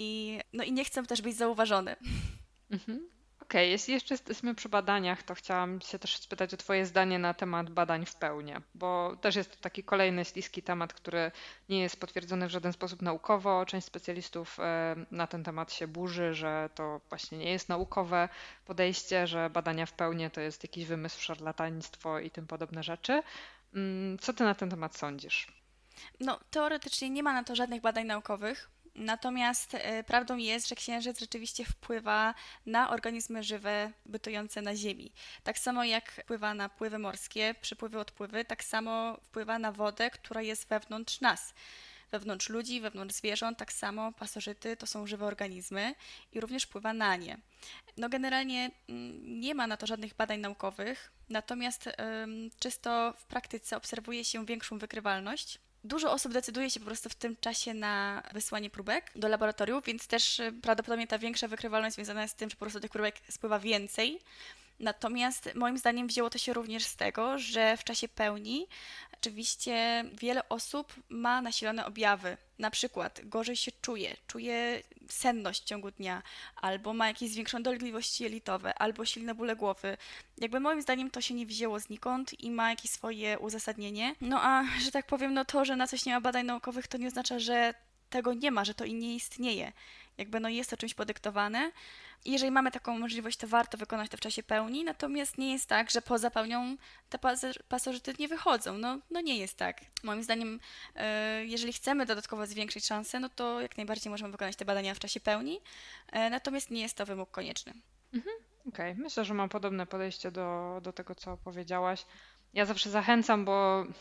i nie chcą też być zauważone. Mhm. Okej, jeśli jeszcze jesteśmy przy badaniach, to chciałam się też spytać o Twoje zdanie na temat badań w pełni, bo też jest to taki kolejny śliski temat, który nie jest potwierdzony w żaden sposób naukowo. Część specjalistów na ten temat się burzy, że to właśnie nie jest naukowe podejście, że badania w pełni to jest jakiś wymysł, szarlataństwo i tym podobne rzeczy. Co Ty na ten temat sądzisz? No, teoretycznie nie ma na to żadnych badań naukowych. Natomiast prawdą jest, że księżyc rzeczywiście wpływa na organizmy żywe bytujące na Ziemi. Tak samo jak wpływa na pływy morskie, przypływy, odpływy, tak samo wpływa na wodę, która jest wewnątrz nas. Wewnątrz ludzi, wewnątrz zwierząt, tak samo pasożyty to są żywe organizmy i również wpływa na nie. No generalnie nie ma na to żadnych badań naukowych, natomiast czysto w praktyce obserwuje się większą wykrywalność. Dużo osób decyduje się po prostu w tym czasie na wysłanie próbek do laboratoriów, więc też prawdopodobnie ta większa wykrywalność związana jest z tym, że po prostu tych próbek spływa więcej. Natomiast moim zdaniem wzięło to się również z tego, że w czasie pełni oczywiście wiele osób ma nasilone objawy. Na przykład gorzej się czuje senność w ciągu dnia, albo ma jakieś zwiększone dolegliwości jelitowe, albo silne bóle głowy. Jakby moim zdaniem to się nie wzięło znikąd i ma jakieś swoje uzasadnienie. No a, że tak powiem, no to, że na coś nie ma badań naukowych, to nie oznacza, że tego nie ma, że to i nie istnieje. Jakby no jest to czymś podyktowane. I jeżeli mamy taką możliwość, to warto wykonać to w czasie pełni, natomiast nie jest tak, że poza pełnią te pasożyty nie wychodzą. No nie jest tak. Moim zdaniem, jeżeli chcemy dodatkowo zwiększyć szanse, no to jak najbardziej możemy wykonać te badania w czasie pełni, natomiast nie jest to wymóg konieczny. Okej, myślę, że mam podobne podejście do tego, co powiedziałaś. Ja zawsze zachęcam, bo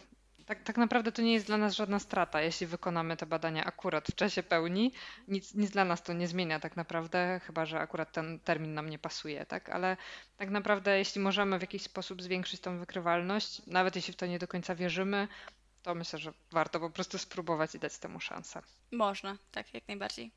Tak naprawdę to nie jest dla nas żadna strata, jeśli wykonamy te badania akurat w czasie pełni. Nic dla nas to nie zmienia tak naprawdę, chyba że akurat ten termin nam nie pasuje, tak? Ale tak naprawdę, jeśli możemy w jakiś sposób zwiększyć tą wykrywalność, nawet jeśli w to nie do końca wierzymy, to myślę, że warto po prostu spróbować i dać temu szansę. Można, tak, jak najbardziej.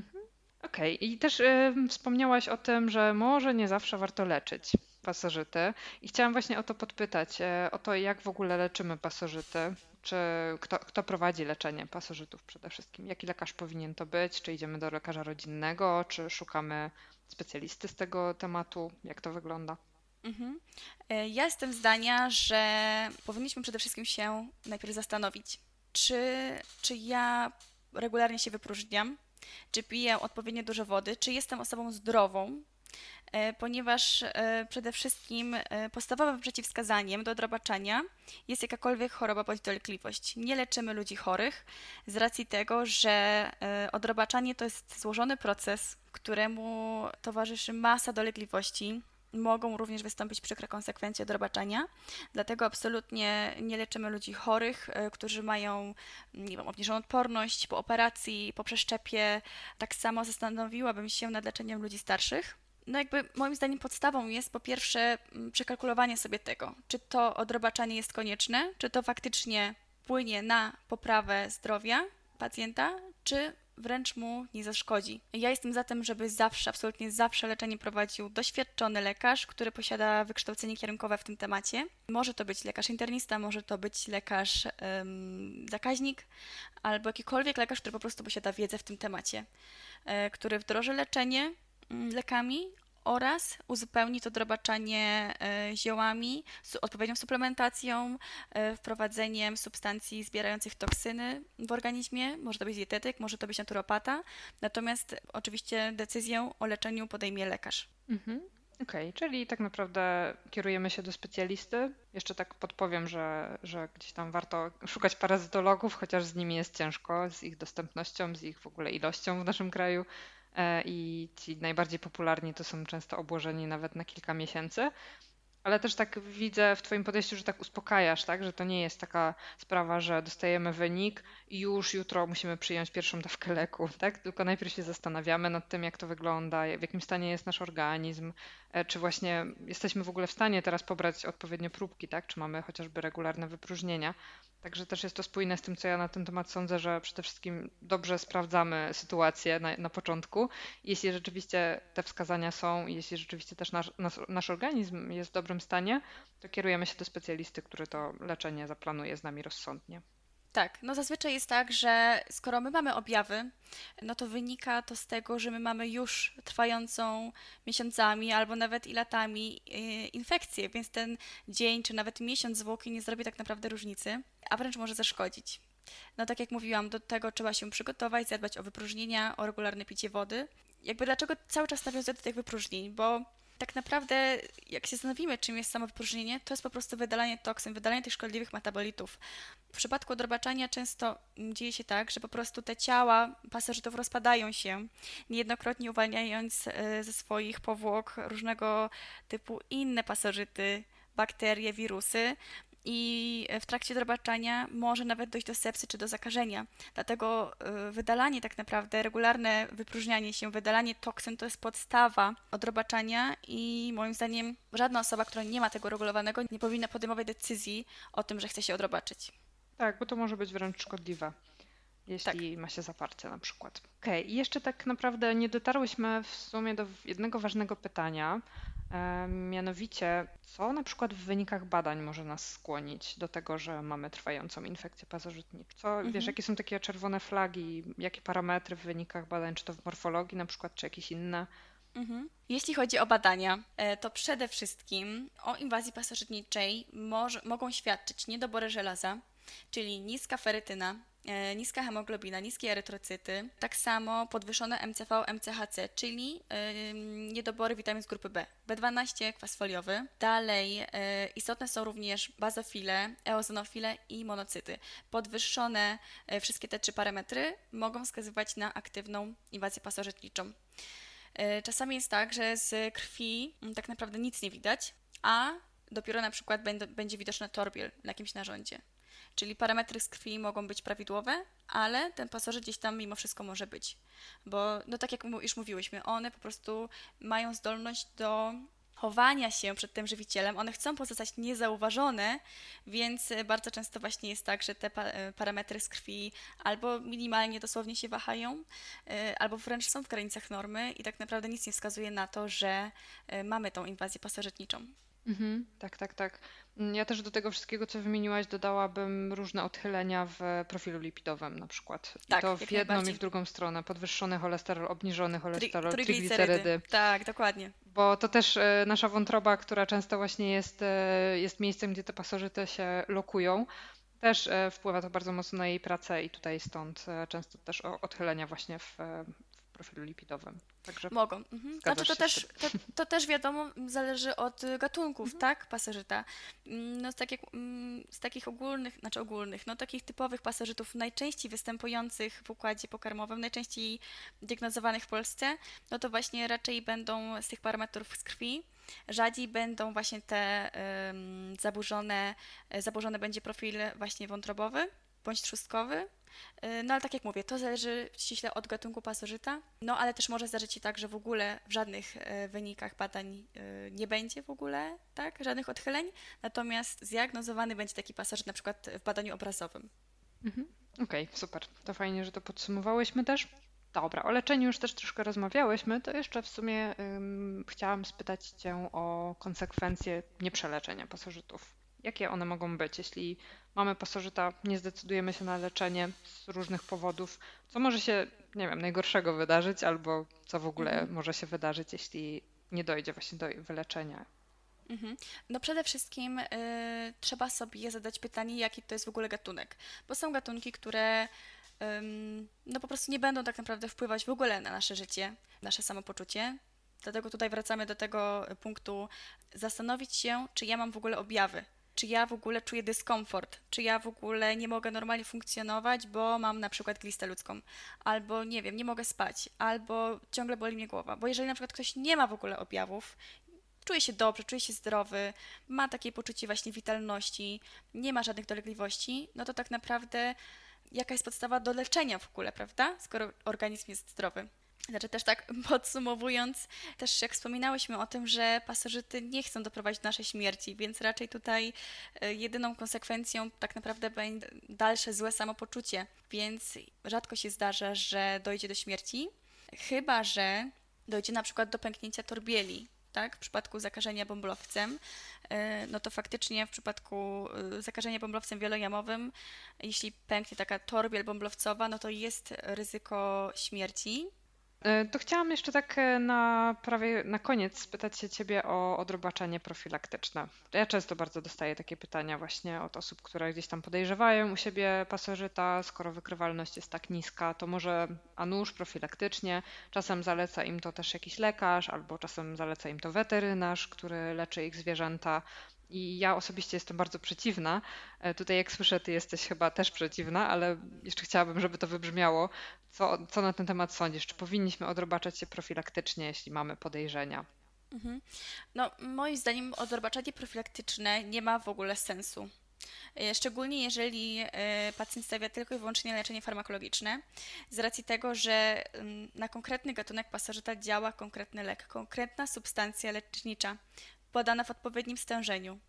Okej, i też wspomniałaś o tym, że może nie zawsze warto leczyć pasożyty. I chciałam właśnie o to podpytać, o to, jak w ogóle leczymy pasożyty. Czy kto prowadzi leczenie pasożytów przede wszystkim? Jaki lekarz powinien to być? Czy idziemy do lekarza rodzinnego, czy szukamy specjalisty z tego tematu? Jak to wygląda? Mhm. Ja jestem zdania, że powinniśmy przede wszystkim się najpierw zastanowić, czy ja regularnie się wypróżniam, czy piję odpowiednio dużo wody, czy jestem osobą zdrową, ponieważ przede wszystkim podstawowym przeciwwskazaniem do odrobaczania jest jakakolwiek choroba bądź dolegliwość. Nie leczymy ludzi chorych z racji tego, że odrobaczanie to jest złożony proces, któremu towarzyszy masa dolegliwości. Mogą również wystąpić przykre konsekwencje odrobaczania, dlatego absolutnie nie leczymy ludzi chorych, którzy mają, nie wiem, obniżoną odporność po operacji, po przeszczepie. Tak samo zastanowiłabym się nad leczeniem ludzi starszych. No jakby moim zdaniem podstawą jest po pierwsze przekalkulowanie sobie tego, czy to odrobaczanie jest konieczne, czy to faktycznie wpłynie na poprawę zdrowia pacjenta, czy wręcz mu nie zaszkodzi. Ja jestem za tym, żeby zawsze, absolutnie zawsze leczenie prowadził doświadczony lekarz, który posiada wykształcenie kierunkowe w tym temacie. Może to być lekarz internista, może to być lekarz zakaźnik, albo jakikolwiek lekarz, który po prostu posiada wiedzę w tym temacie, który wdroży leczenie lekami oraz uzupełni to drobaczanie ziołami, odpowiednią suplementacją, wprowadzeniem substancji zbierających toksyny w organizmie. Może to być dietetyk, może to być naturopata, natomiast oczywiście decyzję o leczeniu podejmie lekarz. Mhm. Okej, czyli tak naprawdę kierujemy się do specjalisty. Jeszcze tak podpowiem, że gdzieś tam warto szukać parazytologów, chociaż z nimi jest ciężko, z ich dostępnością, z ich w ogóle ilością w naszym kraju. I ci najbardziej popularni to są często obłożeni nawet na kilka miesięcy. Ale też tak widzę w Twoim podejściu, że tak uspokajasz, tak? Że to nie jest taka sprawa, że dostajemy wynik i już jutro musimy przyjąć pierwszą dawkę leku, tak? Tylko najpierw się zastanawiamy nad tym, jak to wygląda, w jakim stanie jest nasz organizm, czy właśnie jesteśmy w ogóle w stanie teraz pobrać odpowiednio próbki, tak? Czy mamy chociażby regularne wypróżnienia. Także też jest to spójne z tym, co ja na ten temat sądzę, że przede wszystkim dobrze sprawdzamy sytuację na początku. Jeśli rzeczywiście te wskazania są, jeśli rzeczywiście też nasz organizm jest w dobrym stanie, to kierujemy się do specjalisty, który to leczenie zaplanuje z nami rozsądnie. Tak, no zazwyczaj jest tak, że skoro my mamy objawy, no to wynika to z tego, że my mamy już trwającą miesiącami albo nawet i latami infekcję, więc ten dzień czy nawet miesiąc zwłoki nie zrobi tak naprawdę różnicy, a wręcz może zaszkodzić. No tak jak mówiłam, do tego trzeba się przygotować, zadbać o wypróżnienia, o regularne picie wody. Jakby dlaczego cały czas nawiązuję do tych wypróżnień? Bo tak naprawdę, jak się zastanowimy, czym jest samo wypróżnienie, to jest po prostu wydalanie toksyn, wydalanie tych szkodliwych metabolitów. W przypadku odrobaczania często dzieje się tak, że po prostu te ciała pasożytów rozpadają się, niejednokrotnie uwalniając ze swoich powłok różnego typu inne pasożyty, bakterie, wirusy, i w trakcie drobaczenia może nawet dojść do sepsy czy do zakażenia. Dlatego wydalanie tak naprawdę, regularne wypróżnianie się, wydalanie toksyn to jest podstawa odrobaczania i moim zdaniem żadna osoba, która nie ma tego regulowanego, nie powinna podejmować decyzji o tym, że chce się odrobaczyć. Tak, bo to może być wręcz szkodliwe, Tak. jeśli ma się zaparcie na przykład. Okej, i jeszcze tak naprawdę nie dotarłyśmy w sumie do jednego ważnego pytania, mianowicie, co na przykład w wynikach badań może nas skłonić do tego, że mamy trwającą infekcję pasożytniczą? Wiesz, Mhm. jakie są takie czerwone flagi, jakie parametry w wynikach badań, czy to w morfologii na przykład, czy jakieś inne? Mhm. Jeśli chodzi o badania, to przede wszystkim o inwazji pasożytniczej mogą świadczyć niedobory żelaza, czyli niska ferytyna, niska hemoglobina, niskie erytrocyty, tak samo podwyższone MCV, MCHC, czyli niedobory witamin z grupy B, B12, kwas foliowy. Dalej istotne są również bazofile, eozonofile i monocyty. Podwyższone wszystkie te trzy parametry mogą wskazywać na aktywną inwazję pasożytniczą. Czasami jest tak, że z krwi tak naprawdę nic nie widać, a dopiero na przykład będzie widoczny torbiel na jakimś narządzie. Czyli parametry z krwi mogą być prawidłowe, ale ten pasożyt gdzieś tam mimo wszystko może być. Bo no tak jak już mówiłyśmy, one po prostu mają zdolność do chowania się przed tym żywicielem. One chcą pozostać niezauważone, więc bardzo często właśnie jest tak, że te parametry z krwi albo minimalnie dosłownie się wahają, albo wręcz są w granicach normy i tak naprawdę nic nie wskazuje na to, że mamy tą inwazję pasożytniczą. Tak, tak, tak. Ja też do tego wszystkiego, co wymieniłaś, dodałabym różne odchylenia w profilu lipidowym na przykład. I Tak, to w jak jedną i najbardziej. w drugą stronę. Podwyższony cholesterol, obniżony cholesterol, Triglicerydy. triglicerydy. Tak, dokładnie. Bo to też nasza wątroba, która często właśnie jest miejscem, gdzie te pasożyty się lokują, też wpływa to bardzo mocno na jej pracę i tutaj stąd często też odchylenia właśnie w profilu lipidowym. Także Mogą. Mhm. Znaczy zgadzasz to się z też, tym. to też wiadomo, zależy od gatunków, tak, pasożyta. No z takich ogólnych, no takich typowych pasożytów najczęściej występujących w układzie pokarmowym, najczęściej diagnozowanych w Polsce, no to właśnie raczej będą z tych parametrów z krwi. Rzadziej będą właśnie te zaburzone będzie profil właśnie wątrobowy bądź trzustkowy. No ale tak jak mówię, to zależy ściśle od gatunku pasożyta, no ale też może zdarzyć się tak, że w ogóle w żadnych wynikach badań nie będzie w ogóle, tak, żadnych odchyleń, natomiast zdiagnozowany będzie taki pasożyt na przykład w badaniu obrazowym. Mhm. Okej, super. To fajnie, że to podsumowałyśmy też. Dobra, o leczeniu już też troszkę rozmawiałyśmy, to jeszcze w sumie chciałam spytać Cię o konsekwencje nieprzeleczenia pasożytów. Jakie one mogą być, jeśli mamy pasożyta, nie zdecydujemy się na leczenie z różnych powodów? Co może się, nie wiem, najgorszego wydarzyć, albo co w ogóle Mhm. może się wydarzyć, jeśli nie dojdzie właśnie do wyleczenia? Mhm. No przede wszystkim trzeba sobie zadać pytanie, jaki to jest w ogóle gatunek, bo są gatunki, które no po prostu nie będą tak naprawdę wpływać w ogóle na nasze życie, nasze samopoczucie. Dlatego tutaj wracamy do tego punktu, zastanowić się, czy ja mam w ogóle objawy, czy ja w ogóle czuję dyskomfort, czy ja w ogóle nie mogę normalnie funkcjonować, bo mam na przykład glistę ludzką, albo nie wiem, nie mogę spać, albo ciągle boli mnie głowa. Bo jeżeli na przykład ktoś nie ma w ogóle objawów, czuje się dobrze, czuje się zdrowy, ma takie poczucie właśnie witalności, nie ma żadnych dolegliwości, no to tak naprawdę jaka jest podstawa do leczenia w ogóle, prawda? Skoro organizm jest zdrowy. Znaczy też tak podsumowując, też jak wspominałyśmy o tym, że pasożyty nie chcą doprowadzić do naszej śmierci, więc raczej tutaj jedyną konsekwencją tak naprawdę będzie dalsze złe samopoczucie, więc rzadko się zdarza, że dojdzie do śmierci, chyba że dojdzie na przykład do pęknięcia torbieli, tak? W przypadku zakażenia bąblowcem, no to faktycznie w przypadku zakażenia bąblowcem wielojamowym, jeśli pęknie taka torbiel bąblowcowa, no to jest ryzyko śmierci. To chciałam jeszcze tak prawie na koniec spytać się Ciebie o odrobaczenie profilaktyczne. Ja często bardzo dostaję takie pytania właśnie od osób, które gdzieś tam podejrzewają u siebie pasożyta, skoro wykrywalność jest tak niska, to może a nuż profilaktycznie. Czasem zaleca im to też jakiś lekarz, albo czasem zaleca im to weterynarz, który leczy ich zwierzęta. I ja osobiście jestem bardzo przeciwna. Tutaj jak słyszę, ty jesteś chyba też przeciwna, ale jeszcze chciałabym, żeby to wybrzmiało. Co na ten temat sądzisz? Czy powinniśmy odrobaczać się profilaktycznie, jeśli mamy podejrzenia? Mhm. No, moim zdaniem odrobaczanie profilaktyczne nie ma w ogóle sensu. Szczególnie jeżeli pacjent stawia tylko i wyłącznie na leczenie farmakologiczne, z racji tego, że na konkretny gatunek pasożyta działa konkretny lek, konkretna substancja lecznicza, podana w odpowiednim stężeniu,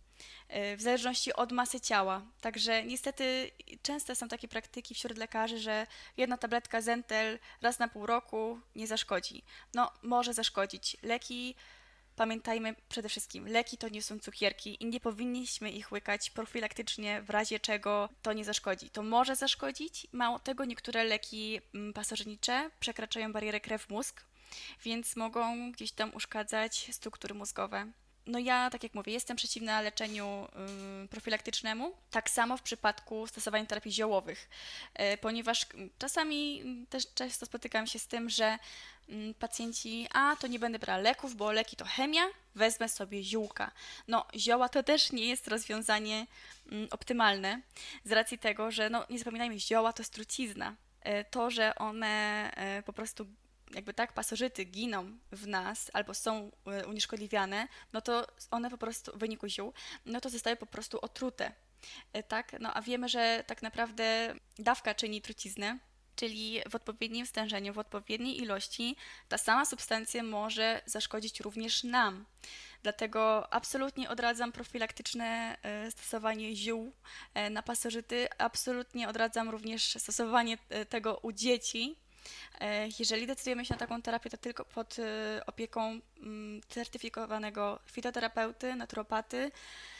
w zależności od masy ciała. Także niestety często są takie praktyki wśród lekarzy, że jedna tabletka Zentel raz na pół roku nie zaszkodzi. No, może zaszkodzić. Leki, pamiętajmy przede wszystkim, leki to nie są cukierki i nie powinniśmy ich łykać profilaktycznie, w razie czego to nie zaszkodzi. To może zaszkodzić. Mało tego, niektóre leki pasożytnicze przekraczają barierę krew-mózg, więc mogą gdzieś tam uszkadzać struktury mózgowe. No ja, tak jak mówię, jestem przeciwna leczeniu profilaktycznemu, tak samo w przypadku stosowania terapii ziołowych, ponieważ czasami też często spotykam się z tym, że pacjenci, to nie będę brała leków, bo leki to chemia, wezmę sobie ziółka. No, zioła to też nie jest rozwiązanie optymalne, z racji tego, że no, nie zapominajmy, zioła to jest trucizna. To, że one po prostu jakby tak pasożyty giną w nas albo są unieszkodliwiane, no to one po prostu w wyniku ziół, no to zostały po prostu otrute. Tak, no a wiemy, że tak naprawdę dawka czyni truciznę, czyli w odpowiednim stężeniu, w odpowiedniej ilości ta sama substancja może zaszkodzić również nam. Dlatego absolutnie odradzam profilaktyczne stosowanie ziół na pasożyty. Absolutnie odradzam również stosowanie tego u dzieci. Jeżeli decydujemy się na taką terapię, to tylko pod opieką certyfikowanego fitoterapeuty, naturopaty,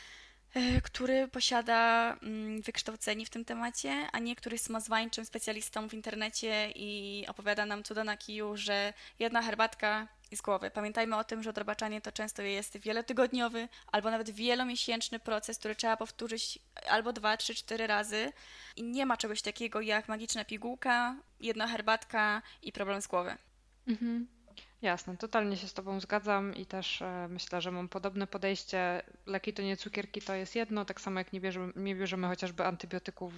który posiada wykształcenie w tym temacie, a nie który jest samozwańczym specjalistą w internecie i opowiada nam cuda na kiju, że jedna herbatka i z głowy. Pamiętajmy o tym, że odrobaczanie to często jest wielotygodniowy albo nawet wielomiesięczny proces, który trzeba powtórzyć albo 2, 3, 4 razy i nie ma czegoś takiego jak magiczna pigułka, jedna herbatka i problem z głowy. Mhm. Jasne, totalnie się z Tobą zgadzam i też myślę, że mam podobne podejście. Leki to nie cukierki, to jest jedno, tak samo jak nie bierzemy chociażby antybiotyków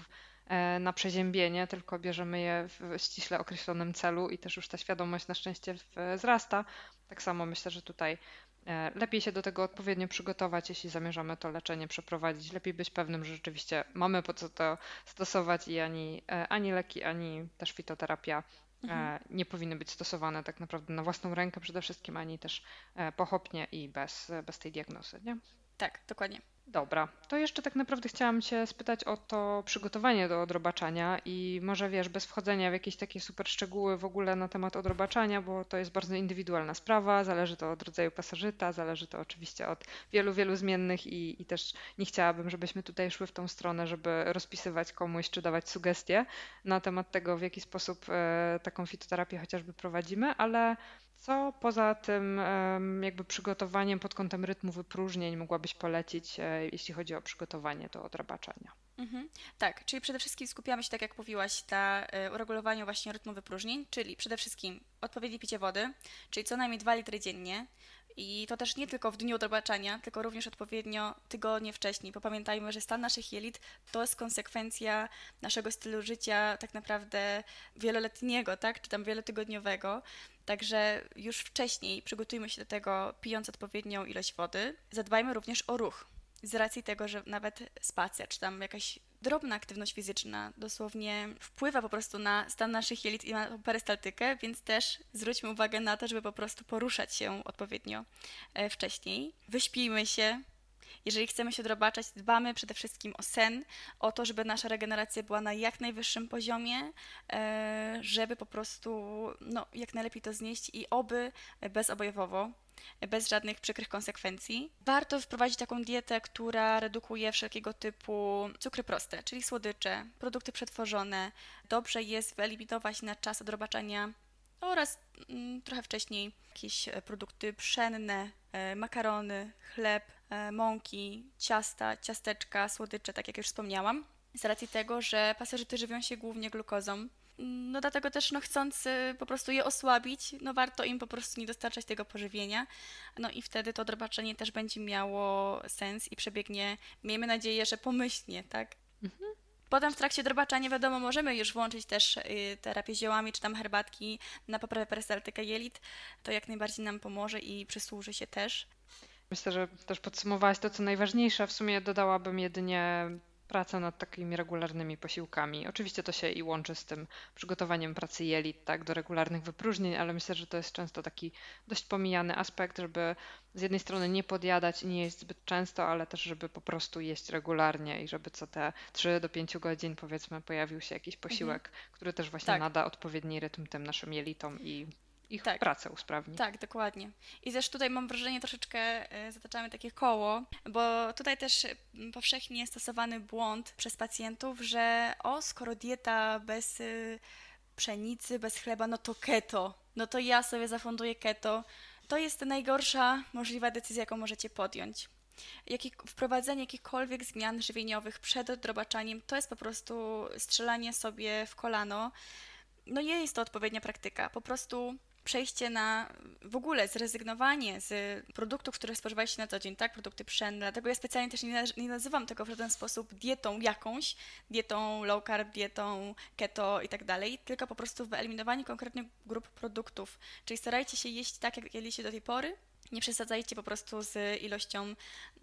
na przeziębienie, tylko bierzemy je w ściśle określonym celu i też już ta świadomość na szczęście wzrasta. Tak samo myślę, że tutaj lepiej się do tego odpowiednio przygotować, jeśli zamierzamy to leczenie przeprowadzić. Lepiej być pewnym, że rzeczywiście mamy po co to stosować i ani leki, ani też fitoterapia nie powinny być stosowane tak naprawdę na własną rękę przede wszystkim, ani też pochopnie i bez tej diagnozy, nie? Tak, dokładnie. Dobra, to jeszcze tak naprawdę chciałam Cię spytać o to przygotowanie do odrobaczania i może wiesz, bez wchodzenia w jakieś takie super szczegóły w ogóle na temat odrobaczania, bo to jest bardzo indywidualna sprawa, zależy to od rodzaju pasożyta, zależy to oczywiście od wielu, wielu zmiennych i też nie chciałabym, żebyśmy tutaj szły w tą stronę, żeby rozpisywać komuś czy dawać sugestie na temat tego, w jaki sposób taką fitoterapię chociażby prowadzimy, ale co poza tym jakby przygotowaniem pod kątem rytmu wypróżnień mogłabyś polecić, jeśli chodzi o przygotowanie do odrabaczania? Tak, czyli przede wszystkim skupiamy się, tak jak mówiłaś, na uregulowaniu właśnie rytmu wypróżnień, czyli przede wszystkim odpowiednie picie wody, czyli co najmniej 2 litry dziennie. I to też nie tylko w dniu odrobaczania, tylko również odpowiednio tygodnie wcześniej, bo pamiętajmy, że stan naszych jelit to jest konsekwencja naszego stylu życia tak naprawdę wieloletniego, tak, czy tam wielotygodniowego. Także już wcześniej przygotujmy się do tego, pijąc odpowiednią ilość wody. Zadbajmy również o ruch. Z racji tego, że nawet spacer, czy tam jakaś drobna aktywność fizyczna dosłownie wpływa po prostu na stan naszych jelit i na perystaltykę, więc też zwróćmy uwagę na to, żeby po prostu poruszać się odpowiednio wcześniej. Wyśpijmy się. Jeżeli chcemy się odrobaczać, dbamy przede wszystkim o sen, o to, żeby nasza regeneracja była na jak najwyższym poziomie, żeby po prostu jak najlepiej to znieść i oby bezobjawowo, bez żadnych przykrych konsekwencji. Warto wprowadzić taką dietę, która redukuje wszelkiego typu cukry proste, czyli słodycze, produkty przetworzone. Dobrze jest wyeliminować na czas odrobaczania oraz trochę wcześniej jakieś produkty pszenne, makarony, chleb, mąki, ciasta, ciasteczka, słodycze, tak jak już wspomniałam. Z racji tego, że pasożyty żywią się głównie glukozą, no dlatego też chcąc po prostu je osłabić, warto im po prostu nie dostarczać tego pożywienia. No i wtedy to odrobaczenie też będzie miało sens i przebiegnie, miejmy nadzieję, że pomyślnie, tak? Potem w trakcie odrobaczania, wiadomo, możemy już włączyć też terapię ziołami czy tam herbatki na poprawę perystaltykę jelit. To jak najbardziej nam pomoże i przysłuży się też. Myślę, że też podsumowałaś to, co najważniejsze. W sumie dodałabym jedynie pracę nad takimi regularnymi posiłkami. Oczywiście to się i łączy z tym przygotowaniem pracy jelit, tak, do regularnych wypróżnień, ale myślę, że to jest często taki dość pomijany aspekt, żeby z jednej strony nie podjadać i nie jeść zbyt często, ale też żeby po prostu jeść regularnie i żeby co te 3 do 5 godzin powiedzmy pojawił się jakiś posiłek, który też właśnie Tak. nada odpowiedni rytm tym naszym jelitom i ich Tak. pracę usprawni. Tak, dokładnie. I też tutaj mam wrażenie, troszeczkę zataczamy takie koło, bo tutaj też powszechnie stosowany błąd przez pacjentów, że skoro dieta bez pszenicy, bez chleba, no to keto, no to ja sobie zafunduję keto. To jest najgorsza możliwa decyzja, jaką możecie podjąć. Wprowadzenie jakichkolwiek zmian żywieniowych przed odrobaczaniem to jest po prostu strzelanie sobie w kolano. No nie jest to odpowiednia praktyka. Po prostu przejście na w ogóle zrezygnowanie z produktów, które spożywaliście na co dzień, tak? Produkty pszenne. Dlatego ja specjalnie też nie nazywam tego w żaden sposób dietą jakąś, dietą low carb, dietą keto i tak dalej, tylko po prostu wyeliminowanie konkretnych grup produktów. Czyli starajcie się jeść tak, jak jedliście do tej pory. Nie przesadzajcie po prostu z ilością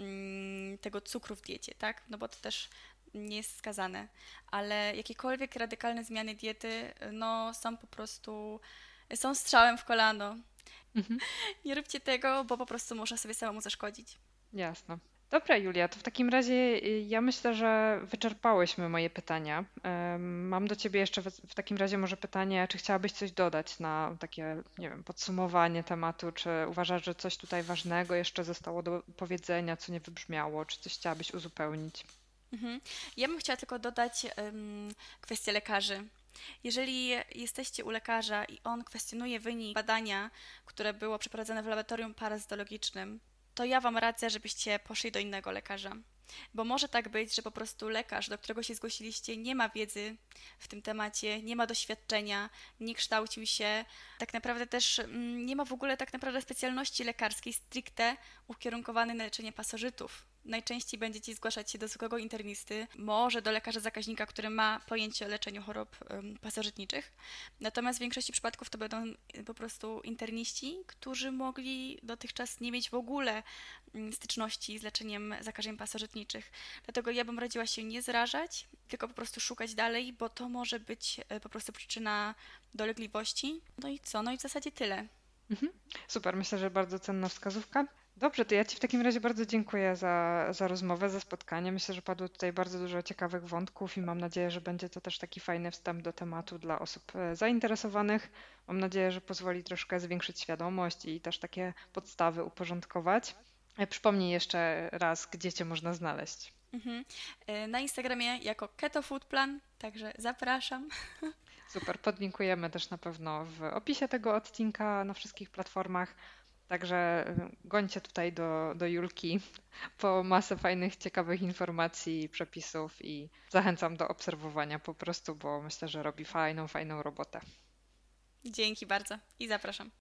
tego cukru w diecie, tak? No bo to też nie jest skazane, ale jakiekolwiek radykalne zmiany diety, no są po prostu, są strzałem w kolano. Mhm. Nie róbcie tego, bo po prostu można sobie samemu zaszkodzić. Jasne. Dobra, Julia, to w takim razie ja myślę, że wyczerpałyśmy moje pytania. Mam do Ciebie jeszcze w takim razie może pytanie, czy chciałabyś coś dodać na takie, nie wiem, podsumowanie tematu, czy uważasz, że coś tutaj ważnego jeszcze zostało do powiedzenia, co nie wybrzmiało, czy coś chciałabyś uzupełnić? Mhm. Ja bym chciała tylko dodać kwestię lekarzy. Jeżeli jesteście u lekarza i on kwestionuje wynik badania, które było przeprowadzone w laboratorium parazytologicznym, to ja Wam radzę, żebyście poszli do innego lekarza. Bo może tak być, że po prostu lekarz, do którego się zgłosiliście, nie ma wiedzy w tym temacie, nie ma doświadczenia, nie kształcił się, tak naprawdę też nie ma w ogóle tak naprawdę specjalności lekarskiej stricte ukierunkowanej na leczenie pasożytów. Najczęściej będziecie zgłaszać się do zwykłego internisty, może do lekarza zakaźnika, który ma pojęcie o leczeniu chorób pasożytniczych. Natomiast w większości przypadków to będą po prostu interniści, którzy mogli dotychczas nie mieć w ogóle styczności z leczeniem zakażeń pasożytniczych. Dlatego ja bym radziła się nie zrażać, tylko po prostu szukać dalej, bo to może być po prostu przyczyna dolegliwości. No i co? No i w zasadzie tyle. Mhm. Super, myślę, że bardzo cenna wskazówka. Dobrze, to ja Ci w takim razie bardzo dziękuję za rozmowę, za spotkanie. Myślę, że padło tutaj bardzo dużo ciekawych wątków i mam nadzieję, że będzie to też taki fajny wstęp do tematu dla osób zainteresowanych. Mam nadzieję, że pozwoli troszkę zwiększyć świadomość i też takie podstawy uporządkować. Przypomnij jeszcze raz, gdzie Cię można znaleźć. Mhm. Na Instagramie jako Keto Food Plan, także zapraszam. Super, podlinkujemy też na pewno w opisie tego odcinka na wszystkich platformach. Także gońcie tutaj do Julki po masę fajnych, ciekawych informacji i przepisów i zachęcam do obserwowania po prostu, bo myślę, że robi fajną robotę. Dzięki bardzo i zapraszam.